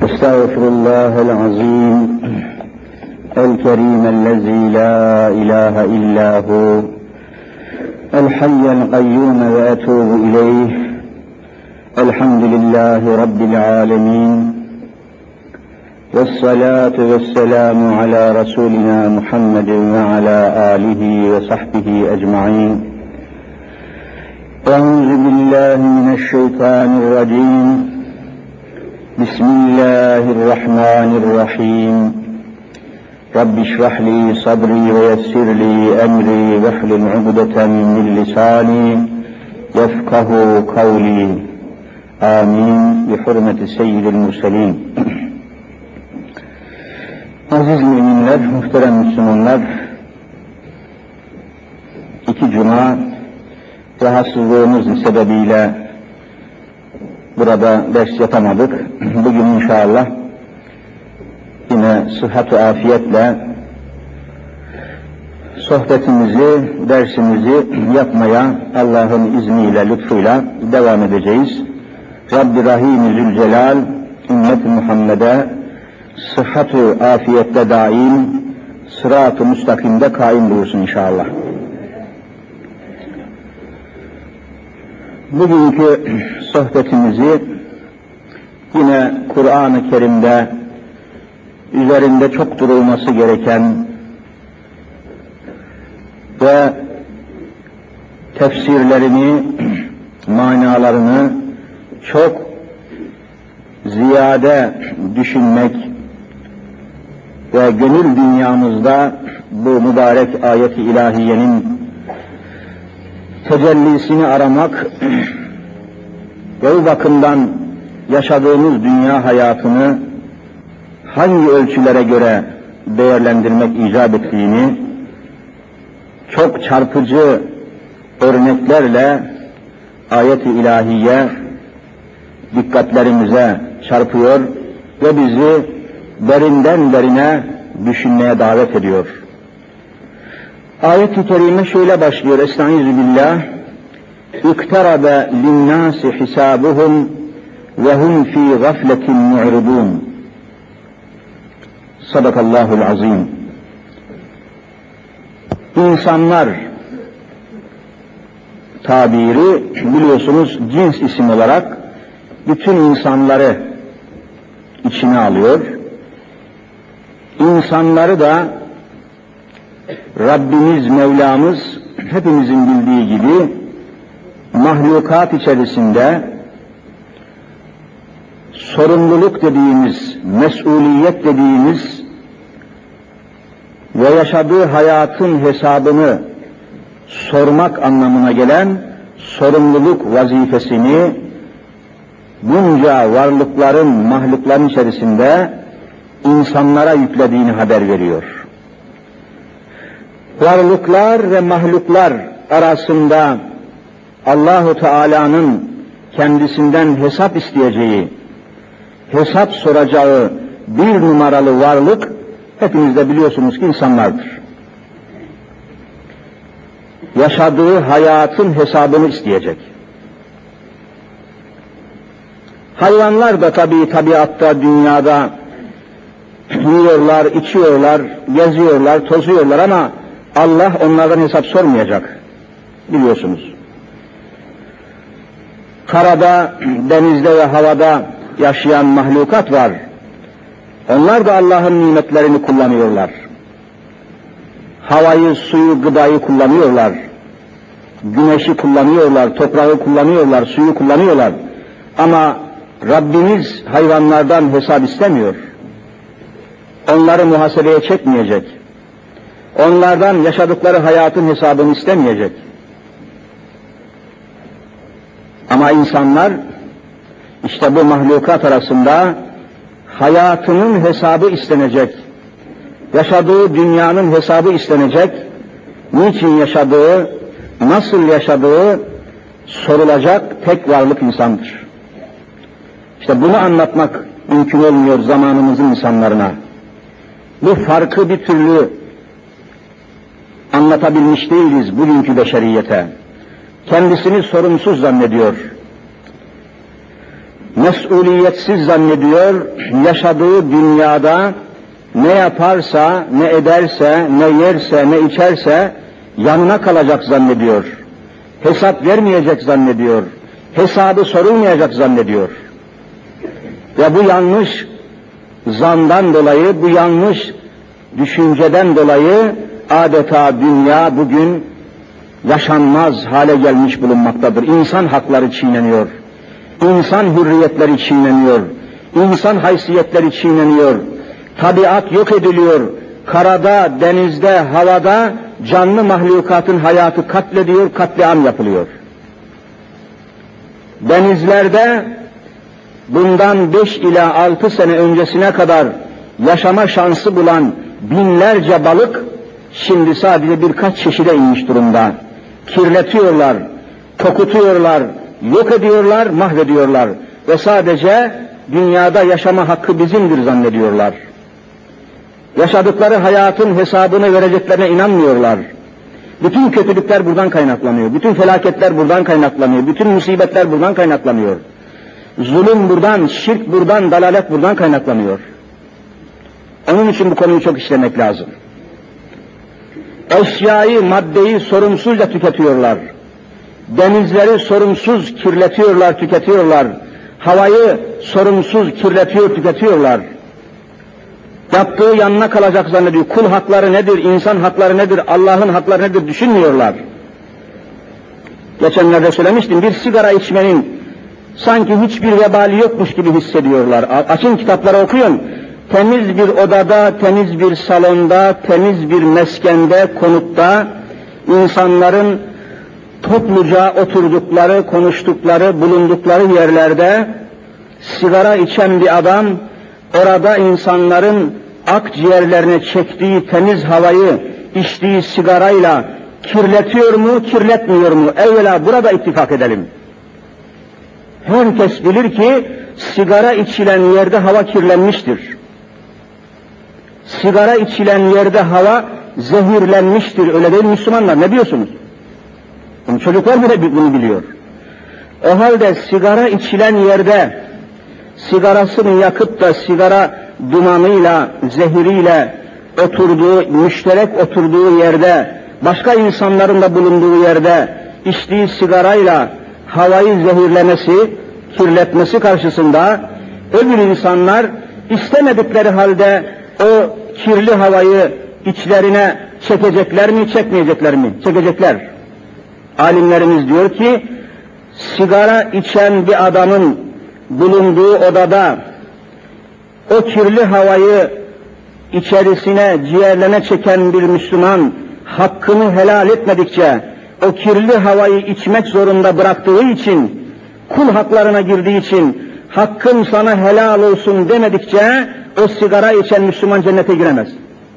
أستغفر الله العظيم الكريم الذي لا إله إلا هو الحي القيوم وأتوب إليه. الحمد لله رب العالمين والصلاة والسلام على رسولنا محمد وعلى آله وصحبه أجمعين. أعوذ بالله من الشيطان الرجيم. بسم الله الرحمن الرحيم. رب اشرح لي صدري ويسر لي أمري واحلل عقدة من لساني يفقه قولي. آمين بحرمة سيد المرسلين. Aziz müminler, muhterem Müslümanlar, 2 cuma rahatsızlığımız sebebiyle burada ders yapamadık. Bugün inşallah yine sıhhat-ı afiyetle sohbetimizi, dersimizi yapmaya Allah'ın izniyle, lütfuyla devam edeceğiz. Rabbi Rahim-i Zülcelal, ümmet-i Muhammed'e sıhhat-ı afiyette daim, sırat-ı müstakimde kaim bulursun inşallah. Bugünkü sohbetimizi yine Kur'an-ı Kerim'de üzerinde çok durulması gereken ve tefsirlerini, manalarını çok ziyade düşünmek ve gönül dünyamızda bu mübarek ayet-i ilahiyenin tecellisini aramak ve bu bakımdan yaşadığımız dünya hayatını hangi ölçülere göre değerlendirmek icap ettiğini çok çarpıcı örneklerle ayet-i ilahiye dikkatlerimize çarpıyor ve bizi derinden derine düşünmeye davet ediyor. Ayet-i kerime şöyle başlıyor. Estaizu billah. İktarabe linnâsi hisâbuhum ve hum fî gafletin mu'ridûn. Sadakallahul azim. İnsanlar tabiri biliyorsunuz cins isim olarak bütün insanları içine alıyor. İnsanları da Rabbimiz, Mevlamız hepimizin bildiği gibi mahlukat içerisinde sorumluluk dediğimiz, mesuliyet dediğimiz ve yaşadığı hayatın hesabını sormak anlamına gelen sorumluluk vazifesini bunca varlıkların, mahlukların içerisinde insanlara yüklediğini haber veriyor. Varlıklar ve mahluklar arasında Allahu Teala'nın kendisinden hesap isteyeceği, hesap soracağı bir numaralı varlık hepiniz de biliyorsunuz ki insanlardır. Yaşadığı hayatın hesabını isteyecek. Hayvanlar da tabii tabiatta, dünyada yiyorlar, içiyorlar, geziyorlar, tozuyorlar ama Allah onlardan hesap sormayacak. Biliyorsunuz. Karada, denizde ve havada yaşayan mahlukat var. Onlar da Allah'ın nimetlerini kullanıyorlar. Havayı, suyu, gıdayı kullanıyorlar. Güneşi kullanıyorlar, toprağı kullanıyorlar, suyu kullanıyorlar. Ama Rabbimiz hayvanlardan hesap istemiyor. Onları muhasebeye çekmeyecek. Onlardan yaşadıkları hayatın hesabını istemeyecek. Ama insanlar işte bu mahlukat arasında hayatının hesabı istenecek. Yaşadığı dünyanın hesabı istenecek. Niçin yaşadığı, nasıl yaşadığı sorulacak tek varlık insandır. İşte bunu anlatmak mümkün olmuyor zamanımızın insanlarına. Bu farkı bir türlü anlatabilmiş değiliz bugünkü beşeriyete. Kendisini sorumsuz zannediyor. mesuliyetsiz zannediyor, yaşadığı dünyada ne yaparsa, ne ederse, ne yerse, ne içerse yanına kalacak zannediyor. Hesap vermeyecek zannediyor. Hesabı sorulmayacak zannediyor. Ve bu yanlış zandan dolayı, bu yanlış düşünceden dolayı adeta dünya bugün yaşanmaz hale gelmiş bulunmaktadır. İnsan hakları çiğneniyor. İnsan hürriyetleri çiğneniyor. İnsan haysiyetleri çiğneniyor. Tabiat yok ediliyor. Karada, denizde, havada canlı mahlukatın hayatı katlediyor, katliam yapılıyor. Denizlerde bundan 5 ila 6 sene öncesine kadar yaşama şansı bulan binlerce balık şimdi sadece birkaç çeşide inmiş durumda. Kirletiyorlar, kokutuyorlar, yok ediyorlar, mahvediyorlar ve sadece dünyada yaşama hakkı bizimdir zannediyorlar. Yaşadıkları hayatın hesabını vereceklerine inanmıyorlar. Bütün kötülükler buradan kaynaklanıyor, bütün felaketler buradan kaynaklanıyor, bütün musibetler buradan kaynaklanıyor. Zulüm buradan, şirk buradan, dalalet buradan kaynaklanıyor. Onun için bu konuyu çok işlemek lazım. Eşyayı, maddeyi sorumsuzca tüketiyorlar. Denizleri sorumsuz kirletiyorlar, tüketiyorlar. Havayı sorumsuz kirletiyor, tüketiyorlar. Yaptığı yanına kalacak zannediyor. Kul hakları nedir, insan hakları nedir, Allah'ın hakları nedir düşünmüyorlar. Geçenlerde söylemiştim, bir sigara içmenin sanki hiçbir vebali yokmuş gibi hissediyorlar. Açın kitapları okuyun. Temiz bir odada, temiz bir salonda, temiz bir meskende, konutta insanların topluca oturdukları, konuştukları, bulundukları yerlerde sigara içen bir adam orada insanların akciğerlerine çektiği temiz havayı içtiği sigarayla kirletiyor mu, kirletmiyor mu? Evvela burada ittifak edelim. Herkes bilir ki sigara içilen yerde hava kirlenmiştir. Sigara içilen yerde hava zehirlenmiştir. Öyle değil Müslümanlar, ne diyorsunuz? Çocuklar bile bunu biliyor. O halde sigara içilen yerde sigarasını yakıp da sigara dumanıyla, zehiriyle oturduğu, müşterek oturduğu yerde, başka insanların da bulunduğu yerde içtiği sigarayla havayı zehirlemesi, kirletmesi karşısında öbür insanlar istemedikleri halde o kirli havayı içlerine çekecekler mi, çekmeyecekler mi? Çekecekler. Alimlerimiz diyor ki, sigara içen bir adamın bulunduğu odada o kirli havayı içerisine, ciğerlerine çeken bir Müslüman hakkını helal etmedikçe, o kirli havayı içmek zorunda bıraktığı için, kul haklarına girdiği için, hakkın sana helal olsun demedikçe, o sigara içen Müslüman cennete giremez.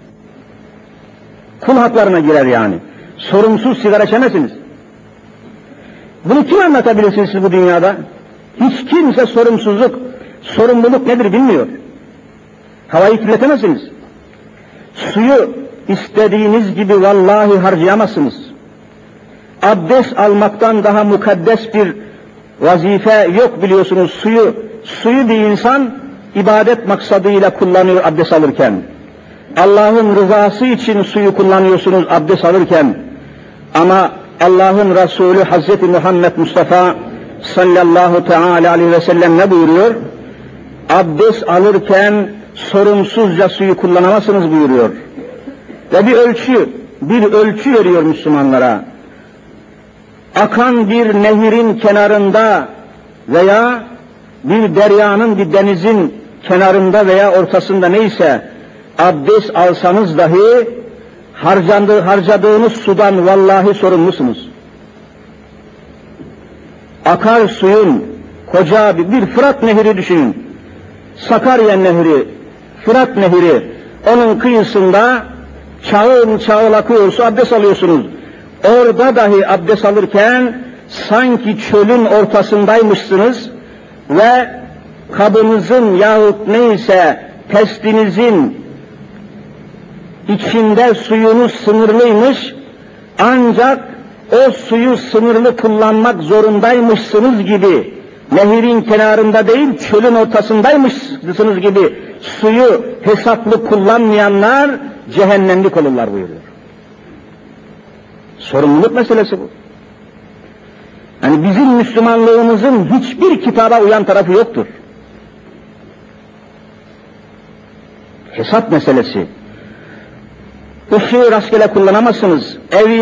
Kul haklarına girer yani. Sorumsuz sigara içemezsiniz. Bunu kim anlatabilirsiniz siz bu dünyada? Hiç kimse sorumluluk nedir bilmiyor. Havayı kirletemezsiniz. Suyu istediğiniz gibi vallahi harcayamazsınız. Abdest almaktan daha mukaddes bir vazife yok biliyorsunuz. Suyu bir insan ibadet maksadıyla kullanıyor abdest alırken. Allah'ın rızası için suyu kullanıyorsunuz abdest alırken. Ama Allah'ın Resulü Hazreti Muhammed Mustafa sallallahu teala aleyhi ve sellem ne buyuruyor? Abdest alırken sorumsuzca suyu kullanamazsınız buyuruyor. Ve bir ölçü veriyor Müslümanlara. Akan bir nehirin kenarında veya bir deryanın, bir denizin kenarında veya ortasında neyse abdest alsanız dahi harcadığınız sudan vallahi sorumlusunuz. Akar suyun koca bir Fırat Nehri düşünün. Sakarya Nehri, Fırat Nehri, onun kıyısında çağıl çağıl akıyor su, abdest alıyorsunuz. Orada dahi abdest alırken sanki çölün ortasındaymışsınız ve kabınızın yahut neyse testinizin içinde suyunuz sınırlıymış, ancak o suyu sınırlı kullanmak zorundaymışsınız gibi nehirin kenarında değil, çölün ortasındaymışsınız gibi suyu hesaplı kullanmayanlar cehennemlik olurlar buyuruyor. Sorumluluk meselesi bu. Yani bizim Müslümanlığımızın hiçbir kitaba uyan tarafı yoktur. Hesap meselesi. Işığı rastgele kullanamazsınız.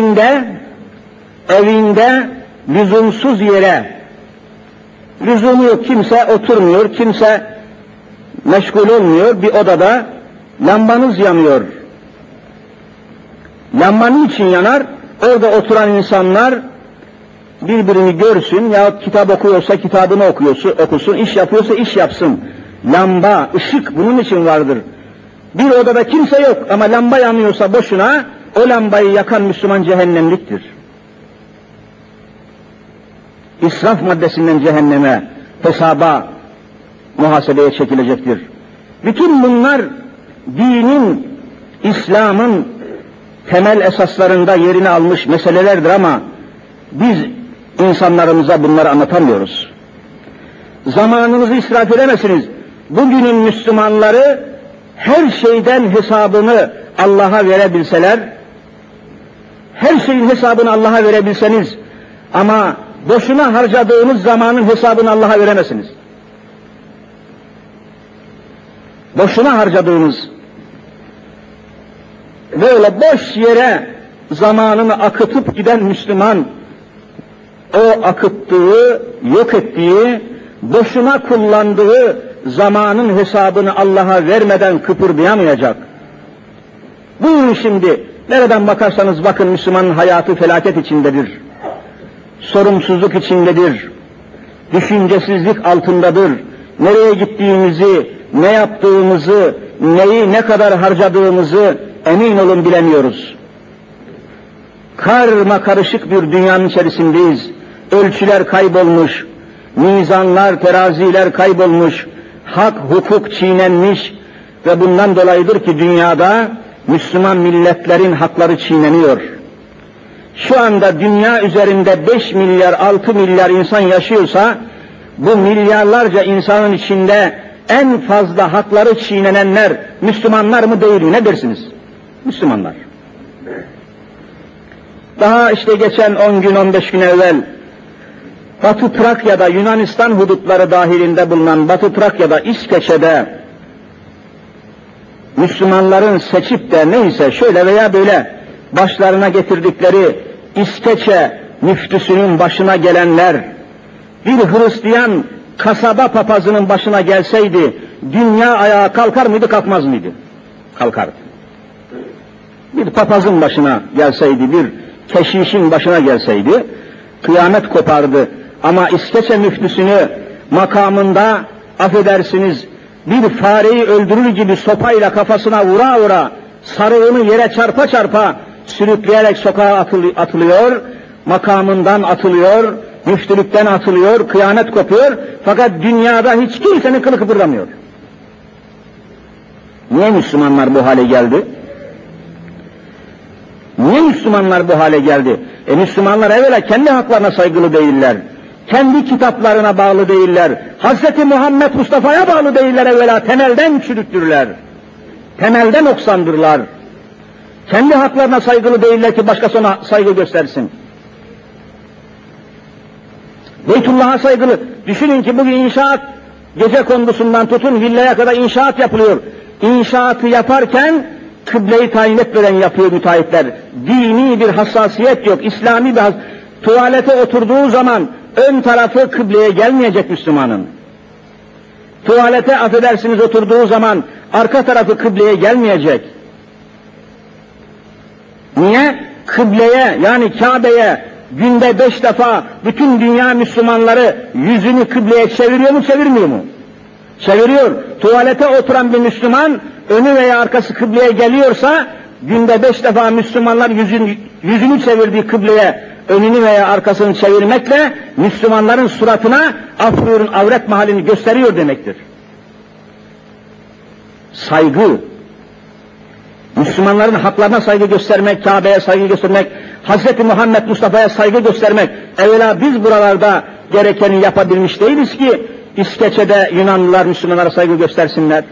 Evinde lüzumsuz yere, lüzumu yok, kimse oturmuyor, kimse meşgul olmuyor, bir odada lambanız yanıyor. Lamba niçin yanar? Orada oturan insanlar birbirini görsün yahut kitap okuyorsa kitabını okusun, iş yapıyorsa iş yapsın. Lamba, ışık bunun için vardır. Bir odada kimse yok ama lamba yanıyorsa boşuna, o lambayı yakan Müslüman cehennemliktir. İsraf maddesinden cehenneme, hesaba, muhasebeye çekilecektir. Bütün bunlar dinin, İslam'ın temel esaslarında yerini almış meselelerdir ama biz insanlarımıza bunları anlatamıyoruz. Zamanınızı israf edemezsiniz. Bugünün Müslümanları her şeyden hesabını Allah'a verebilseler, her şeyin hesabını Allah'a verebilseniz ama boşuna harcadığınız zamanın hesabını Allah'a veremezsiniz. Boşuna harcadığınız, böyle boş yere zamanını akıtıp giden Müslüman, o akıttığı, yok ettiği, boşuna kullandığı zamanın hesabını Allah'a vermeden kıpırdayamayacak. Buyurun şimdi, nereden bakarsanız bakın Müslümanın hayatı felaket içindedir. Sorumsuzluk içindedir. Düşüncesizlik altındadır. Nereye gittiğimizi, ne yaptığımızı, neyi ne kadar harcadığımızı emin olun bilemiyoruz. Karma karışık bir dünyanın içerisindeyiz. Ölçüler kaybolmuş, mizanlar, teraziler kaybolmuş, hak, hukuk çiğnenmiş ve bundan dolayıdır ki dünyada Müslüman milletlerin hakları çiğneniyor. Şu anda dünya üzerinde 5 milyar, 6 milyar insan yaşıyorsa, bu milyarlarca insanın içinde en fazla hakları çiğnenenler Müslümanlar mı değil mi? Ne dersiniz? Müslümanlar. Daha işte geçen 10 gün, 15 gün evvel Batı Trakya'da, Yunanistan hudutları dahilinde bulunan Batı Trakya'da, İskeçe'de Müslümanların seçip de neyse şöyle veya böyle başlarına getirdikleri İskeçe müftüsünün başına gelenler, bir Hristiyan kasaba papazının başına gelseydi, dünya ayağa kalkar mıydı, kalkmaz mıydı? Kalkardı. Bir papazın başına gelseydi, bir keşişin başına gelseydi, kıyamet kopardı. Ama İskeçe müftüsünü makamında, affedersiniz, bir fareyi öldürür gibi sopayla kafasına vura vura, sarığını yere çarpa çarpa, sürükleyerek sokağa atılıyor, makamından atılıyor, müftülükten atılıyor, kıyamet kopuyor, fakat dünyada hiç kimsenin kılı kıpırdamıyor. Niye Müslümanlar bu hale geldi? Niye Müslümanlar bu hale geldi? Müslümanlar evvela kendi haklarına saygılı değiller, kendi kitaplarına bağlı değiller, Hz. Muhammed Mustafa'ya bağlı değiller, evvela temelden çürüktürler, temelden noksandırlar. Kendi haklarına saygılı değiller ki başkasına saygı göstersin. Beytullah'a saygılı. Düşünün ki bugün inşaat, gece kondusundan tutun villaya kadar inşaat yapılıyor. İnşaatı yaparken kıbleyi tayin etmeden yapıyor müteahhitler. Dini bir hassasiyet yok, İslami bir tuvalete oturduğu zaman ön tarafı kıbleye gelmeyecek Müslümanın. Tuvalete affedersiniz oturduğu zaman arka tarafı kıbleye gelmeyecek. Niye? Kıbleye yani Kabe'ye günde 5 defa bütün dünya Müslümanları yüzünü kıbleye çeviriyor mu, çevirmiyor mu? Çeviriyor. Tuvalete oturan bir Müslüman önü veya arkası kıbleye geliyorsa günde 5 defa Müslümanlar yüzünü çevirdiği kıbleye önünü veya arkasını çevirmekle Müslümanların suratına avret mahallini gösteriyor demektir. Saygı. Müslümanların haklarına saygı göstermek, Kabe'ye saygı göstermek, Hz. Muhammed Mustafa'ya saygı göstermek. Evvela biz buralarda gerekeni yapabilmiş değiliz ki İskeçe'de Yunanlılar Müslümanlara saygı göstersinler.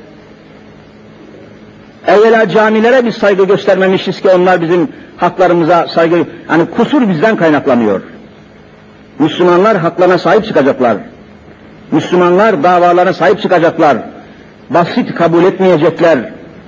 Evvela camilere biz saygı göstermemişiz ki onlar bizim haklarımıza saygı... Yani kusur bizden kaynaklanıyor. Müslümanlar haklarına sahip çıkacaklar. Müslümanlar davalarına sahip çıkacaklar. Basit kabul etmeyecekler.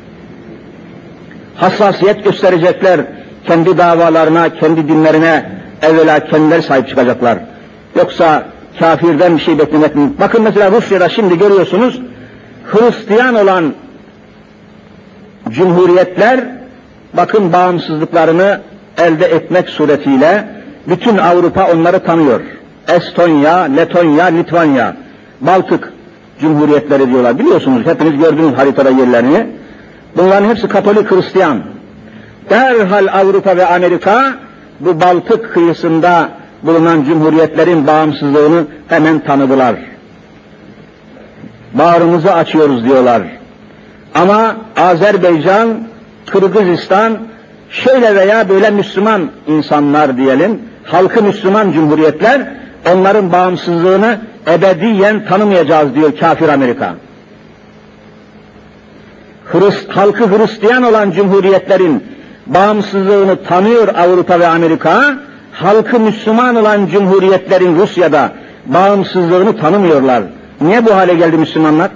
Hassasiyet gösterecekler. Kendi davalarına, kendi dinlerine evvela kendileri sahip çıkacaklar. Yoksa kafirden bir şey beklemek mi? Bakın mesela Rusya'da şimdi görüyorsunuz, Hristiyan olan cumhuriyetler, bakın bağımsızlıklarını elde etmek suretiyle bütün Avrupa onları tanıyor. Estonya, Letonya, Litvanya, Baltık cumhuriyetleri diyorlar. Biliyorsunuz, hepiniz gördünüz haritada yerlerini. Bunların hepsi Katolik Hristiyan. Derhal Avrupa ve Amerika bu Baltık kıyısında bulunan cumhuriyetlerin bağımsızlığını hemen tanıdılar. Bağrımızı açıyoruz diyorlar. Ama Azerbaycan, Kırgızistan, şöyle veya böyle Müslüman insanlar diyelim, halkı Müslüman cumhuriyetler, onların bağımsızlığını ebediyen tanımayacağız diyor kafir Amerika. Halkı Hristiyan olan cumhuriyetlerin bağımsızlığını tanıyor Avrupa ve Amerika, halkı Müslüman olan cumhuriyetlerin Rusya'da bağımsızlığını tanımıyorlar. Niye bu hale geldi Müslümanlar?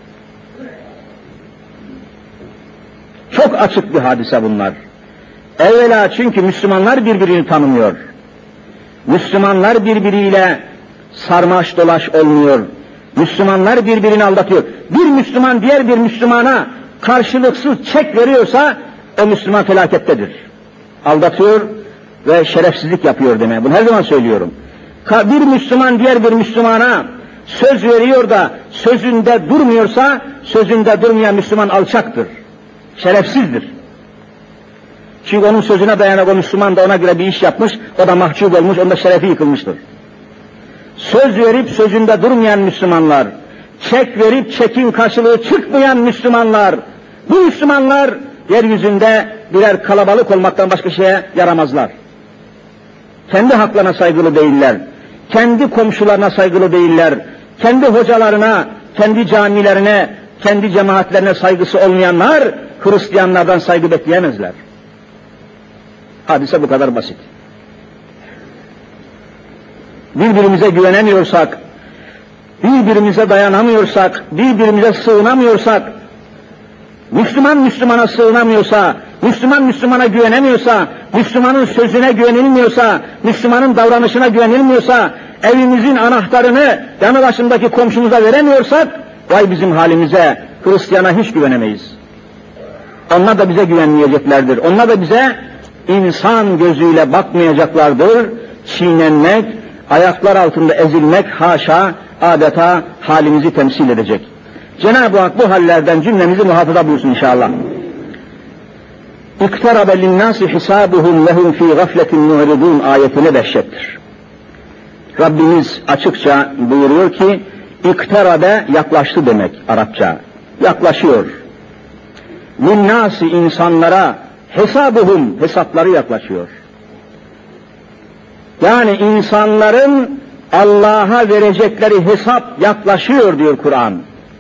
Çok açık bir hadise bunlar. Evvela çünkü Müslümanlar birbirini tanımıyor. Müslümanlar birbiriyle sarmaş dolaş olmuyor. Müslümanlar birbirini aldatıyor. Bir Müslüman diğer bir Müslümana karşılıksız çek veriyorsa o Müslüman felakettedir. Aldatıyor ve şerefsizlik yapıyor demeye. Bunu her zaman söylüyorum. Bir Müslüman diğer bir Müslümana söz veriyor da sözünde durmuyorsa sözünde durmayan Müslüman alçaktır. Şerefsizdir. Çünkü onun sözüne dayanak o Müslüman da ona göre bir iş yapmış, o da mahcup olmuş, onda şerefi yıkılmıştır. Söz verip sözünde durmayan Müslümanlar, çek verip çekin karşılığı çıkmayan Müslümanlar, bu Müslümanlar yeryüzünde birer kalabalık olmaktan başka şeye yaramazlar. Kendi haklarına saygılı değiller, kendi komşularına saygılı değiller, kendi hocalarına, kendi camilerine, kendi cemaatlerine saygısı olmayanlar, Hristiyanlardan saygı bekleyemezler. Hadise bu kadar basit. Birbirimize güvenemiyorsak, birbirimize dayanamıyorsak, birbirimize sığınamıyorsak, Müslüman Müslümana sığınamıyorsa, Müslüman Müslümana güvenemiyorsa, Müslümanın sözüne güvenilmiyorsa, Müslümanın davranışına güvenilmiyorsa, evimizin anahtarını yanı başındaki komşumuza veremiyorsak, vay bizim halimize, Hristiyana hiç güvenemeyiz. Onlar da bize güvenmeyeceklerdir. Onlar da bize insan gözüyle bakmayacaklardır. Çiğnenmek, ayaklar altında ezilmek haşa, adeta halimizi temsil edecek. Cenab-ı Hak bu hallerden cümlemizi muhafaza buyursun inşallah. اِقْتَرَبَ لِلنَّاسِ حِسَابُهُمْ لَهُمْ ف۪ي غَفْلَةٍ مُعْرِضُونَ ayetine dehşettir. Rabbimiz açıkça buyuruyor ki, İktarabe yaklaştı demek Arapça. Yaklaşıyor. Linnâsi insanlara hesabuhum hesapları yaklaşıyor. Yani insanların Allah'a verecekleri hesap yaklaşıyor diyor Kur'an.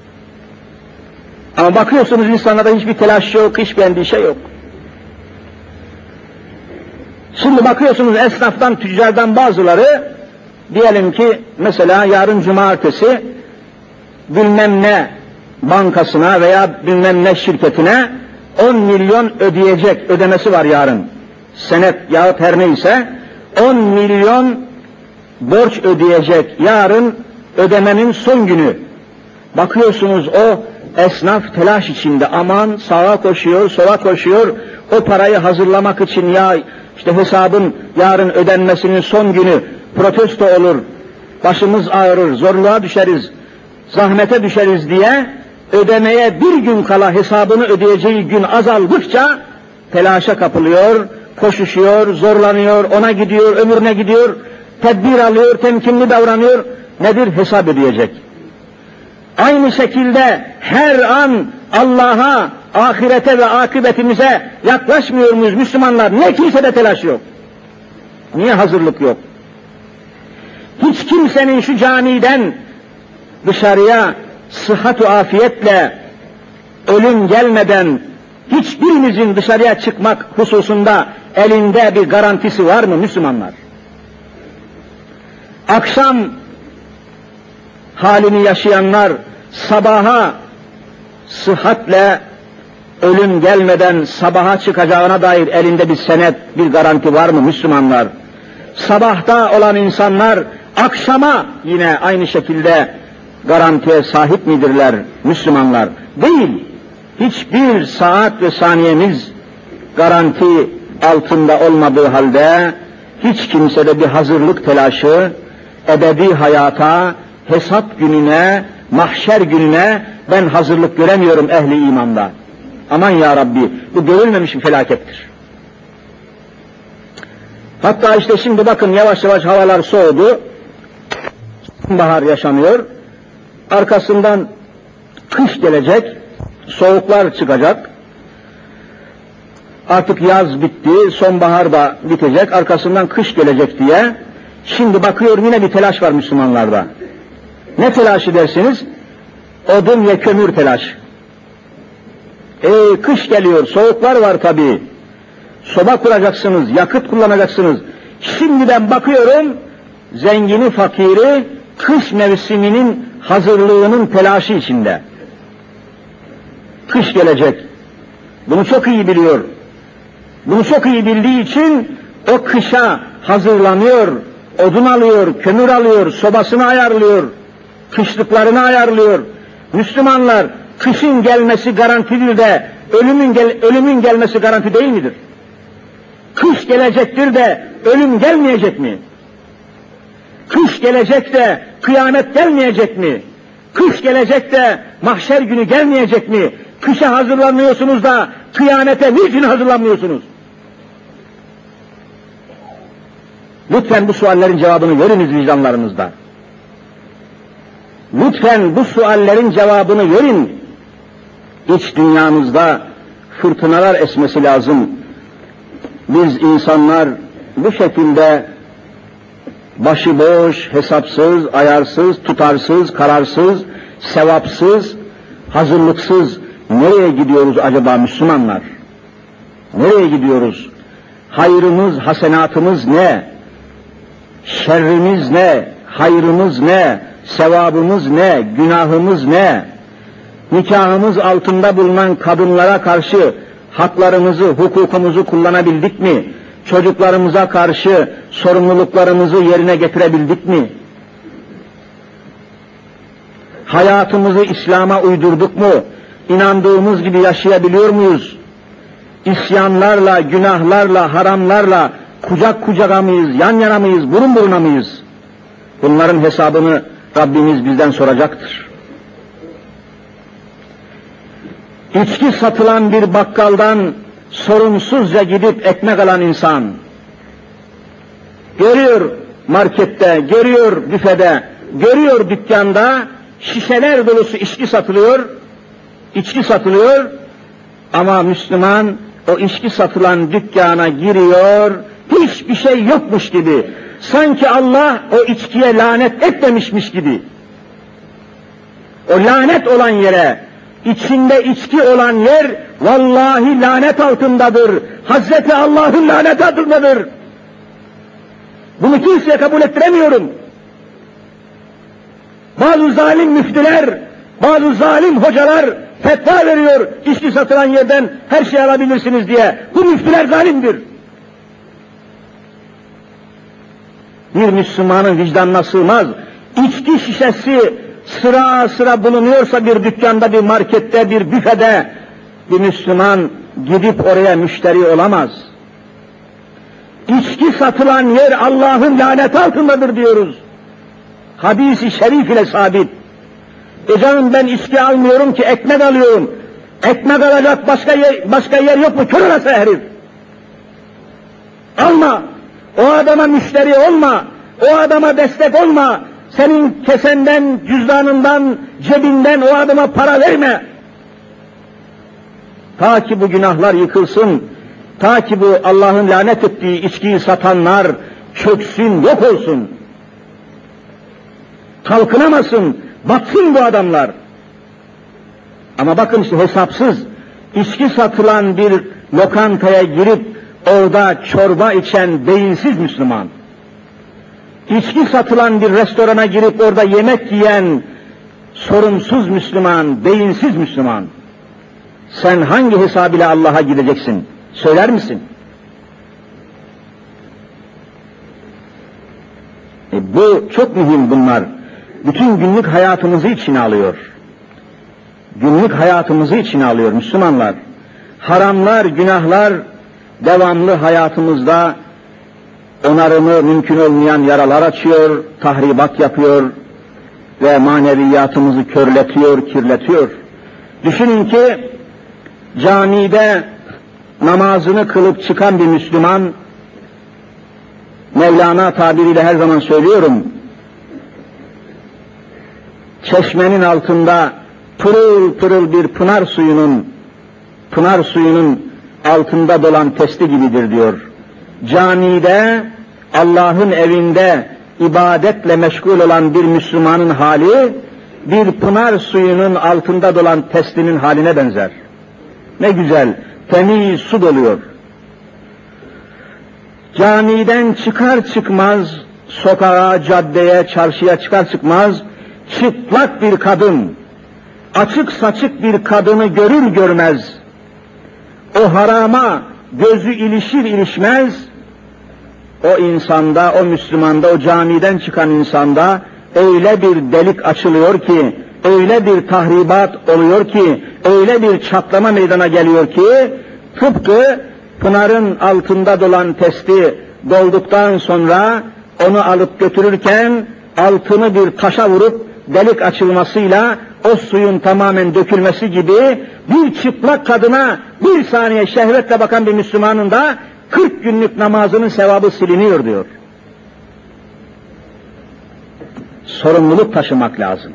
Ama bakıyorsunuz insanlarda hiçbir telaş yok, hiçbir endişe yok. Şimdi bakıyorsunuz esnaftan, tüccardan bazıları, diyelim ki mesela yarın cumartesi bilmem ne bankasına veya bilmem ne şirketine 10 milyon ödeyecek, ödemesi var yarın. Senet yahut her neyse 10 milyon borç ödeyecek, yarın ödemenin son günü. Bakıyorsunuz o esnaf telaş içinde, aman sağa koşuyor, sola koşuyor, o parayı hazırlamak için ya işte hesabın yarın ödenmesinin son günü protesto olur, başımız ağrır, zorluğa düşeriz, zahmete düşeriz diye ödemeye bir gün kala hesabını ödeyeceği gün azaldıkça telaşa kapılıyor, koşuşuyor, zorlanıyor, ona gidiyor, ömrüne gidiyor, tedbir alıyor, temkinli davranıyor. Nedir? Hesap ödeyecek. Aynı şekilde her an Allah'a, ahirete ve akıbetimize yaklaşmıyor muyuz Müslümanlar? Ne kimsede telaş yok. Niye hazırlık yok? hiç kimsenin şu camiden dışarıya sıhhat-ı afiyetle ölüm gelmeden hiçbirimizin dışarıya çıkmak hususunda elinde bir garantisi var mı Müslümanlar? Akşam halini yaşayanlar sabaha sıhhatle ölüm gelmeden sabaha çıkacağına dair elinde bir senet, bir garanti var mı Müslümanlar? Sabahta olan insanlar akşama yine aynı şekilde garantiye sahip midirler Müslümanlar? Değil. Hiçbir saat ve saniyemiz garanti altında olmadığı halde hiç kimsede bir hazırlık telaşı, ebedi hayata, hesap gününe, mahşer gününe ben hazırlık göremiyorum ehli imanda. Aman ya Rabbi, bu görülmemiş bir felakettir. Hatta işte şimdi bakın yavaş yavaş havalar soğudu, bahar yaşanıyor, arkasından kış gelecek, soğuklar çıkacak, artık yaz bitti, sonbahar da bitecek, arkasından kış gelecek diye, şimdi bakıyorum yine bir telaş var Müslümanlarda. Ne telaşı dersiniz? Odun ve kömür telaşı. Kış geliyor, soğuklar var tabii. Soba kuracaksınız, yakıt kullanacaksınız. Şimdiden bakıyorum, zengini fakiri kış mevsiminin hazırlığının telaşı içinde. Kış gelecek. Bunu çok iyi biliyor. Bunu çok iyi bildiği için o kışa hazırlanıyor, odun alıyor, kömür alıyor, sobasını ayarlıyor, kışlıklarını ayarlıyor. Müslümanlar, kışın gelmesi garantidir de ölümün gelmesi garanti değil midir? Kış gelecektir de ölüm gelmeyecek mi? Kış gelecek de kıyamet gelmeyecek mi? Kış gelecek de mahşer günü gelmeyecek mi? Kışa hazırlanmıyorsunuz da kıyamete niçin hazırlanmıyorsunuz? Lütfen bu suallerin cevabını veriniz vicdanlarınızda. Lütfen bu suallerin cevabını verin. İç dünyamızda fırtınalar esmesi lazım. Biz insanlar bu şekilde başıboş, hesapsız, ayarsız, tutarsız, kararsız, sevapsız, hazırlıksız nereye gidiyoruz acaba Müslümanlar? Nereye gidiyoruz? Hayrımız, hasenatımız ne? Şerrimiz ne? Hayrımız ne? Sevabımız ne? Günahımız ne? Nikahımız altında bulunan kadınlara karşı haklarımızı, hukukumuzu kullanabildik mi? Çocuklarımıza karşı sorumluluklarımızı yerine getirebildik mi? Hayatımızı İslam'a uydurduk mu? İnandığımız gibi yaşayabiliyor muyuz? İsyanlarla, günahlarla, haramlarla kucak kucağa mıyız, yan yana mıyız, burun buruna mıyız? Bunların hesabını Rabbimiz bizden soracaktır. İçki satılan bir bakkaldan sorunsuzca gidip ekmek alan insan, görüyor markette, görüyor büfede, görüyor dükkanda, şişeler dolusu içki satılıyor, ama Müslüman o içki satılan dükkana giriyor, hiçbir şey yokmuş gibi, sanki Allah o içkiye lanet etmemişmiş gibi. O lanet olan yere, İçinde içki olan yer vallahi lanet altındadır. Hazreti Allah'ın lanet altındadır. Bunu kimseye kabul ettiremiyorum. Bazı zalim müftüler, bazı zalim hocalar fetva veriyor, içki satılan yerden her şeyi alabilirsiniz diye. Bu müftüler zalimdir. Bir Müslümanın vicdanına sığmaz. İçki şişesi sıra sıra bulunuyorsa bir dükkanda, bir markette, bir büfede, bir Müslüman gidip oraya müşteri olamaz. İçki satılan yer Allah'ın laneti altındadır diyoruz. Hadis-i şerif ile sabit. Canım ben içki almıyorum ki, ekmek alıyorum. Ekmek alacak başka yer yok mu? Kör olası herif. Alma. O adama müşteri olma. O adama destek olma. Senin kesenden, cüzdanından, cebinden o adama para verme. Ta ki bu günahlar yıkılsın, ta ki bu Allah'ın lanet ettiği içkiyi satanlar çöksün, yok olsun. kalkınamasın, batsın bu adamlar. Ama bakın işte hesapsız, içki satılan bir lokantaya girip orada çorba içen beyinsiz Müslüman, içki satılan bir restorana girip orada yemek yiyen sorumsuz Müslüman, beyinsiz Müslüman, sen hangi hesab ile Allah'a gideceksin? Söyler misin? Bu çok mühim bunlar. Bütün günlük hayatımızı içine alıyor. Günlük hayatımızı içine alıyor Müslümanlar. Haramlar, günahlar devamlı hayatımızda onarımı mümkün olmayan yaralar açıyor, tahribat yapıyor ve maneviyatımızı körletiyor, kirletiyor. Düşünün ki camide namazını kılıp çıkan bir Müslüman, Mevlana tabiriyle her zaman söylüyorum, çeşmenin altında pırıl pırıl bir pınar suyunun altında dolan testi gibidir diyor. Camide, Allah'ın evinde ibadetle meşgul olan bir Müslümanın hali, bir pınar suyunun altında dolan testinin haline benzer. Ne güzel, temiz su doluyor. Camiden çıkar çıkmaz, sokağa, caddeye, çarşıya çıkar çıkmaz, çıplak bir kadın, açık saçık bir kadını görür görmez, o harama gözü ilişir ilişmez, o insanda, o Müslümanda, o camiden çıkan insanda öyle bir delik açılıyor ki, öyle bir tahribat oluyor ki, öyle bir çatlama meydana geliyor ki, tıpkı pınarın altında dolan testi dolduktan sonra onu alıp götürürken altını bir taşa vurup delik açılmasıyla o suyun tamamen dökülmesi gibi bir çıplak kadına bir saniye şehvetle bakan bir Müslümanın da 40 günlük namazının sevabı siliniyor diyor. Sorumluluk taşımak lazım.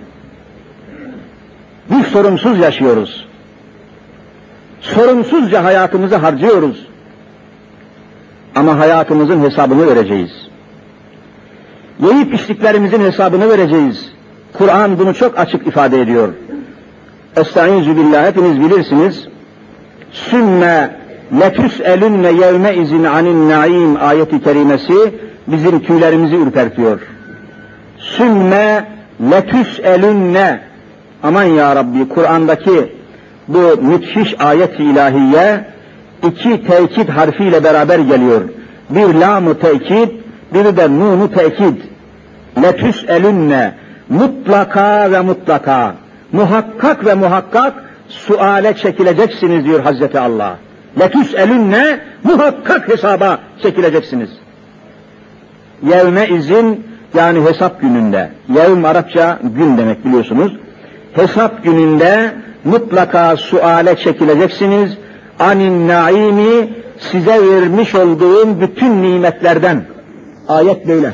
Biz sorumsuz yaşıyoruz. Sorumsuzca hayatımızı harcıyoruz. Ama hayatımızın hesabını vereceğiz. Yiyip içtiklerimizin hesabını vereceğiz. Kur'an bunu çok açık ifade ediyor. Estaizu billah, hepiniz bilirsiniz. Sümme letüs'elünne yevme izin anin naim ayeti kerimesi bizim tüylerimizi ürpertiyor. Sümme letüs'elünne, aman ya Rabbi, Kur'an'daki bu müthiş ayet-i ilahiye iki tekit harfiyle beraber geliyor. Bir lam-ı tekit, bir de nun-u tekit. Letüs'elünne, mutlaka ve mutlaka, muhakkak ve muhakkak suale çekileceksiniz diyor Hazreti Allah. Letüs'elünne, muhakkak hesaba çekileceksiniz. Yevme izin, yani hesap gününde. Yevm Arapça gün demek biliyorsunuz. Hesap gününde mutlaka suale çekileceksiniz. Anin naimi, size vermiş olduğum bütün nimetlerden. Ayet böyle.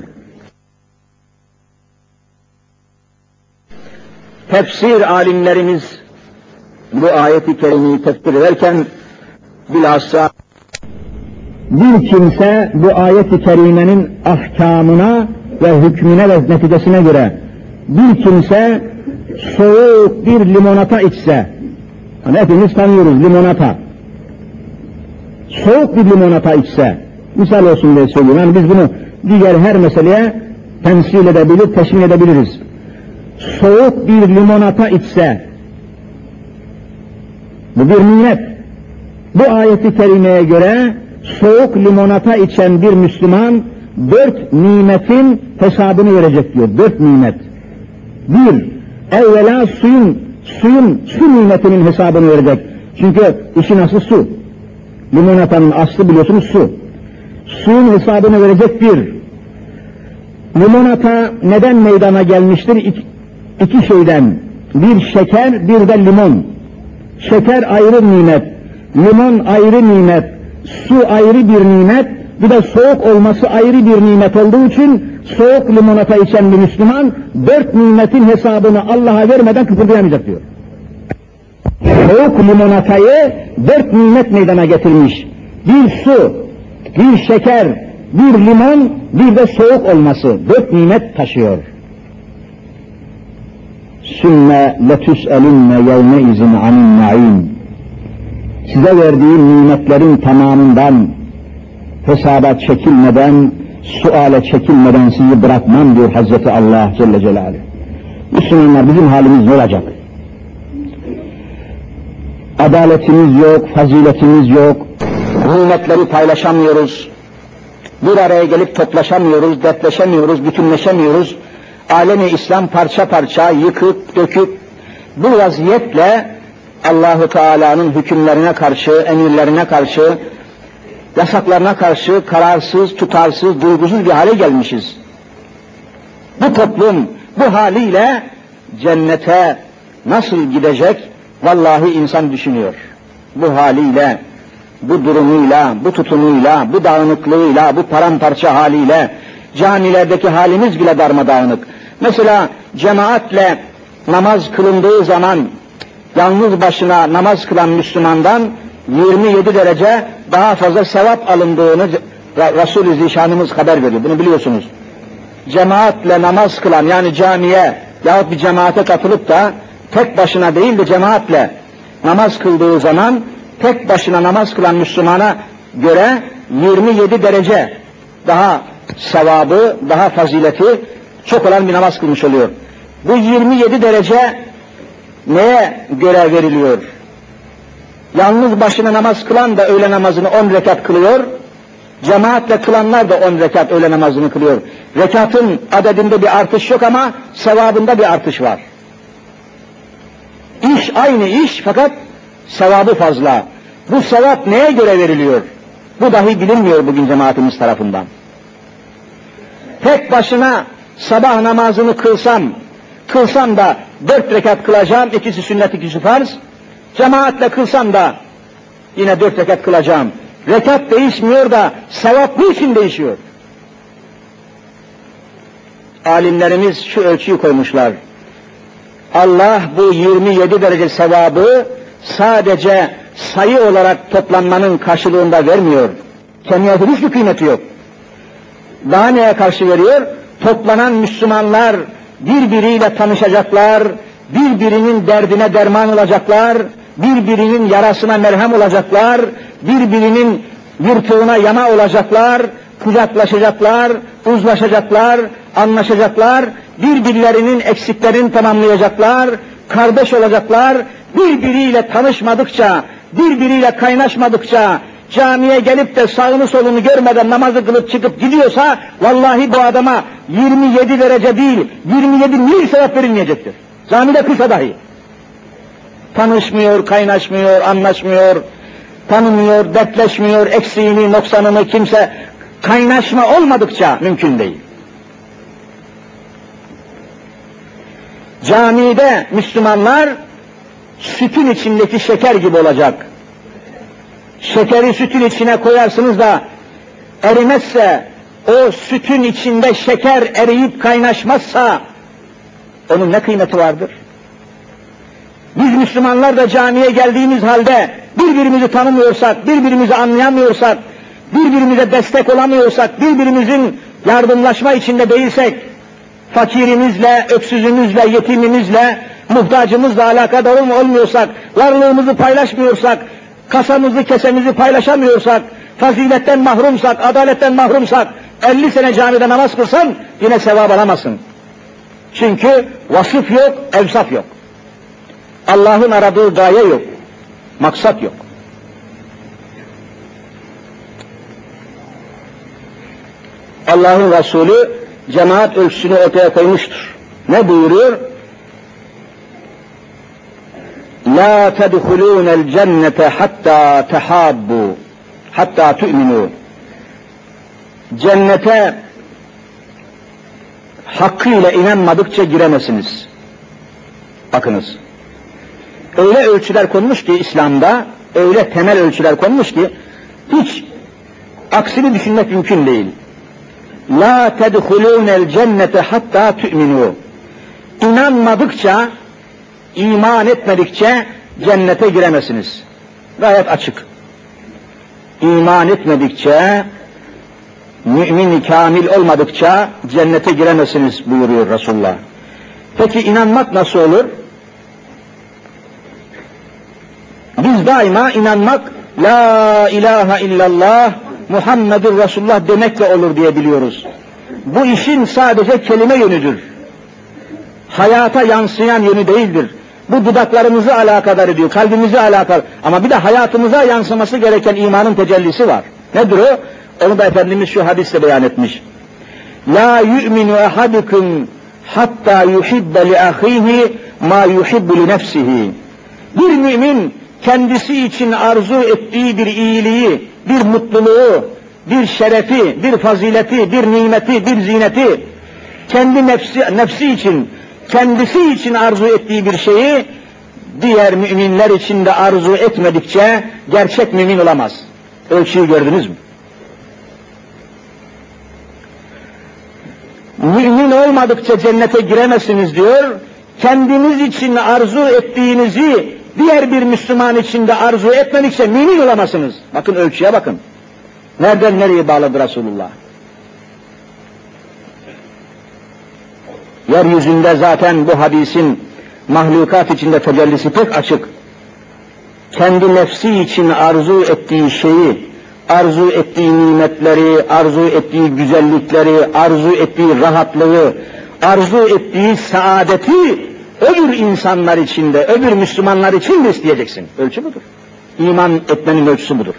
Tefsir alimlerimiz bu ayeti kerimeyi tefsir ederken bilhassa bir kimse bu ayeti kerimenin ahkamına ve hükmüne ve neticesine göre bir kimse soğuk bir limonata içse, hani hepimiz tanıyoruz limonata, soğuk bir limonata içse, misal olsun diye söylüyorum, yani biz bunu diğer her meseleye temsil edebilir, teşmil edebiliriz. Soğuk bir limonata içse, bu bir nimet. Bu ayeti kerimeye göre soğuk limonata içen bir Müslüman 4 nimetin hesabını verecek diyor. 4 nimet. Bir, evvela su nimetinin hesabını verecek. Çünkü işin aslı su. Limonatanın aslı biliyorsunuz su. Suyun hesabını verecek bir. Limonata neden meydana gelmiştir? İki şeyden. Bir şeker, bir de limon. Şeker ayrı nimet, limon ayrı nimet, su ayrı bir nimet, bir de soğuk olması ayrı bir nimet olduğu için soğuk limonata içen bir Müslüman 4 nimetin hesabını Allah'a vermeden kıpırdayamayacak diyor. Soğuk limonatayı 4 nimet meydana getirmiş. Bir su, bir şeker, bir limon, bir de soğuk olması 4 nimet taşıyor. sümme letüs'elünne yevmeizin anin naim. Size verdiğim nimetlerin tamamından hesaba çekilmeden, suale çekilmeden sizi bırakmam diyor Hazreti Allah Celle Celaluhu. Müslümanlar, bizim halimiz ne olacak? Adaletimiz yok, faziletimiz yok, nimetleri paylaşamıyoruz, bir araya gelip toplaşamıyoruz, dertleşemiyoruz, bütünleşemiyoruz. Alemi İslam parça parça, yıkıp, döküp, bu vaziyetle Allah-u Teala'nın hükümlerine karşı, emirlerine karşı, yasaklarına karşı kararsız, tutarsız, duygusuz bir hale gelmişiz. Bu toplum bu haliyle cennete nasıl gidecek? Vallahi insan düşünüyor. Bu haliyle, bu durumuyla, bu tutumuyla, bu dağınıklığıyla, bu paramparça haliyle, camilerdeki halimiz bile darmadağınık. Mesela cemaatle namaz kılındığı zaman, yalnız başına namaz kılan Müslümandan 27 derece daha fazla sevap alındığını Resul-i Zişanımız haber veriyor. Bunu biliyorsunuz. Cemaatle namaz kılan, yani camiye yahut bir cemaate katılıp da tek başına değil de cemaatle namaz kıldığı zaman tek başına namaz kılan Müslümana göre 27 derece daha sevabı, daha fazileti çok olan bir namaz kılmış oluyor. Bu 27 derece neye göre veriliyor? Yalnız başına namaz kılan da öğle namazını 10 rekat kılıyor, cemaatle kılanlar da 10 rekat öğle namazını kılıyor. Rekatın adedinde bir artış yok ama sevabında bir artış var. İş aynı iş fakat sevabı fazla. Bu sevap neye göre veriliyor? Bu dahi bilinmiyor bugün cemaatimiz tarafından. Tek başına sabah namazını kılsam da 4 rekat kılacağım, ikisi sünnet, ikisi farz. Cemaatle kılsam da yine 4 rekat kılacağım. Rekat değişmiyor da sevap niçin değişiyor? Alimlerimiz şu ölçüyü koymuşlar. Allah bu 27 derece sevabı sadece sayı olarak toplanmanın karşılığında vermiyor. Kemiyetin hiçbir kıymeti yok. Daha neye karşı veriyor? Toplanan Müslümanlar birbiriyle tanışacaklar, birbirinin derdine derman olacaklar, birbirinin yarasına merhem olacaklar, birbirinin yırtığına yama olacaklar, kucaklaşacaklar, uzlaşacaklar, anlaşacaklar, birbirlerinin eksiklerini tamamlayacaklar, kardeş olacaklar, birbiriyle tanışmadıkça, birbiriyle kaynaşmadıkça, camiye gelip de sağını solunu görmeden namazı kılıp çıkıp gidiyorsa, vallahi bu adama 27 derece değil, 27 mil sevap verilmeyecektir. Camide kılsa dahi. Tanışmıyor, kaynaşmıyor, anlaşmıyor, tanımıyor, dertleşmiyor, eksiğini, noksanını kimse kaynaşma olmadıkça mümkün değil. Camide Müslümanlar sütün içindeki şeker gibi olacak. Şekeri sütün içine koyarsınız da erimezse, o sütün içinde şeker eriyip kaynaşmazsa onun ne kıymeti vardır? Biz Müslümanlar da camiye geldiğimiz halde birbirimizi tanımıyorsak, birbirimizi anlayamıyorsak, birbirimize destek olamıyorsak, birbirimizin yardımlaşma içinde değilsek, fakirimizle, öksüzümüzle, yetimimizle, muhtacımızla alakadar olmuyorsak, varlığımızı paylaşmıyorsak, kasamızı, kesemizi paylaşamıyorsak, faziletten mahrumsak, adaletten mahrumsak, 50 sene camide namaz kılsan yine sevap alamazsın. Çünkü vasıf yok, evsaf yok. Allah'ın aradığı gaye yok, maksat yok. Allah'ın Resulü cemaat ölçüsünü ortaya koymuştur. Ne buyuruyor? La tedhulûnel cennete hatta tehabbu, hatta tu'minû. Cennete hakkıyla inanmadıkça giremezsiniz. Bakınız. Öyle ölçüler konmuş ki İslam'da, öyle temel ölçüler konmuş ki hiç aksini düşünmek mümkün değil. La tedhulûnel cennete hatta tu'minû. İnanmadıkça, iman etmedikçe cennete giremezsiniz. Gayet açık. İman etmedikçe, mümin-i kamil olmadıkça cennete giremezsiniz buyuruyor Resulullah. Peki inanmak nasıl olur? Biz daima inanmak, La ilahe illallah Muhammedur Resulullah demekle olur diye biliyoruz. Bu işin sadece kelime yönüdür. Hayata yansıyan yönü değildir. Bu dudaklarımızı alakadar ediyor, kalbimizi alakadar. Ama bir de hayatımıza yansıması gereken imanın tecellisi var. Nedir o? Onu da Efendimiz şu hadiste beyan etmiş. La yu'minu ahadukum hatta yuhibbe li ahihi ma yuhibbu li nefsihi. Bir mümin kendisi için arzu ettiği bir iyiliği, bir mutluluğu, bir şerefi, bir fazileti, bir nimeti, bir zineti kendi nefsi için, kendisi için arzu ettiği bir şeyi diğer müminler için de arzu etmedikçe gerçek mümin olamaz. Ölçüyü gördünüz mü? Mümin olmadıkça cennete giremezsiniz diyor. Kendiniz için arzu ettiğinizi diğer bir Müslüman için de arzu etmedikçe mümin olamazsınız. Bakın ölçüye bakın. Nereden nereye bağladı Resulullah? Yeryüzünde zaten bu hadisin mahlukat içinde tecellisi pek açık. Kendi nefsi için arzu ettiği şeyi, arzu ettiği nimetleri, arzu ettiği güzellikleri, arzu ettiği rahatlığı, arzu ettiği saadeti öbür insanlar için de, öbür Müslümanlar için de isteyeceksin. Ölçü budur. İman etmenin ölçüsü budur.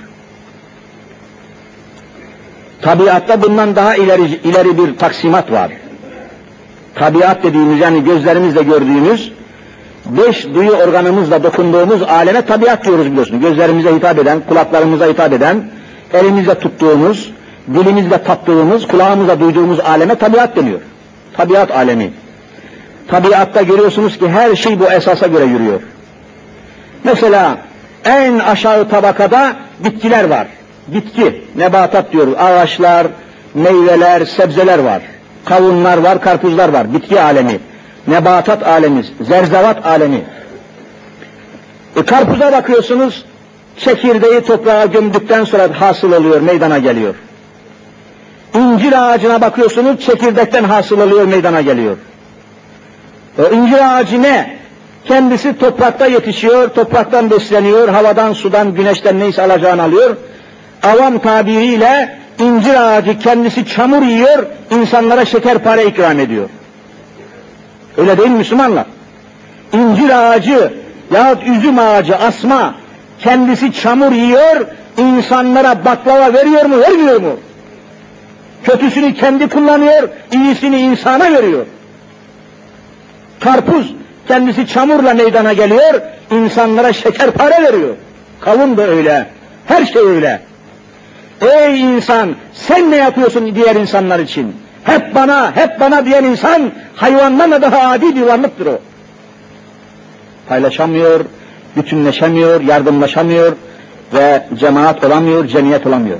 Tabiatta bundan daha ileri bir taksimat var. Tabiat dediğimiz, yani gözlerimizle gördüğümüz, 5 duyu organımızla dokunduğumuz aleme tabiat diyoruz biliyorsun. Gözlerimize hitap eden, kulaklarımıza hitap eden, elimizle tuttuğumuz, dilimizle tattığımız, kulağımızla duyduğumuz aleme tabiat deniyor. Tabiat alemi. Tabiatta görüyorsunuz ki her şey bu esasa göre yürüyor. Mesela en aşağı tabakada bitkiler var. Bitki, nebatat diyoruz. Ağaçlar, meyveler, sebzeler var. Kavunlar var, karpuzlar var. Bitki alemi. Nebatat alemi, zerzevat alemi. Karpuza bakıyorsunuz, çekirdeği toprağa gömdükten sonra hasıl oluyor, meydana geliyor. İncir ağacına bakıyorsunuz, çekirdekten hasıl oluyor, meydana geliyor. İncir ağacı ne? Kendisi toprakta yetişiyor, topraktan besleniyor, havadan, sudan, güneşten neyse alacağını alıyor. Avam tabiriyle incir ağacı kendisi çamur yiyor, insanlara şekerpare ikram ediyor. Öyle değil mi Müslümanlar? İncir ağacı yahut üzüm ağacı, asma, kendisi çamur yiyor, insanlara baklava veriyor mu, vermiyor mu? Kötüsünü kendi kullanıyor, iyisini insana veriyor. Karpuz, kendisi çamurla meydana geliyor, insanlara şekerpare veriyor. Kavun da öyle, her şey öyle. Ey insan, sen ne yapıyorsun diğer insanlar için? Hep bana diyen insan, hayvandan da daha adi bir varlıktır o. Paylaşamıyor, bütünleşemiyor, yardımlaşamıyor ve cemaat olamıyor, cemiyet olamıyor.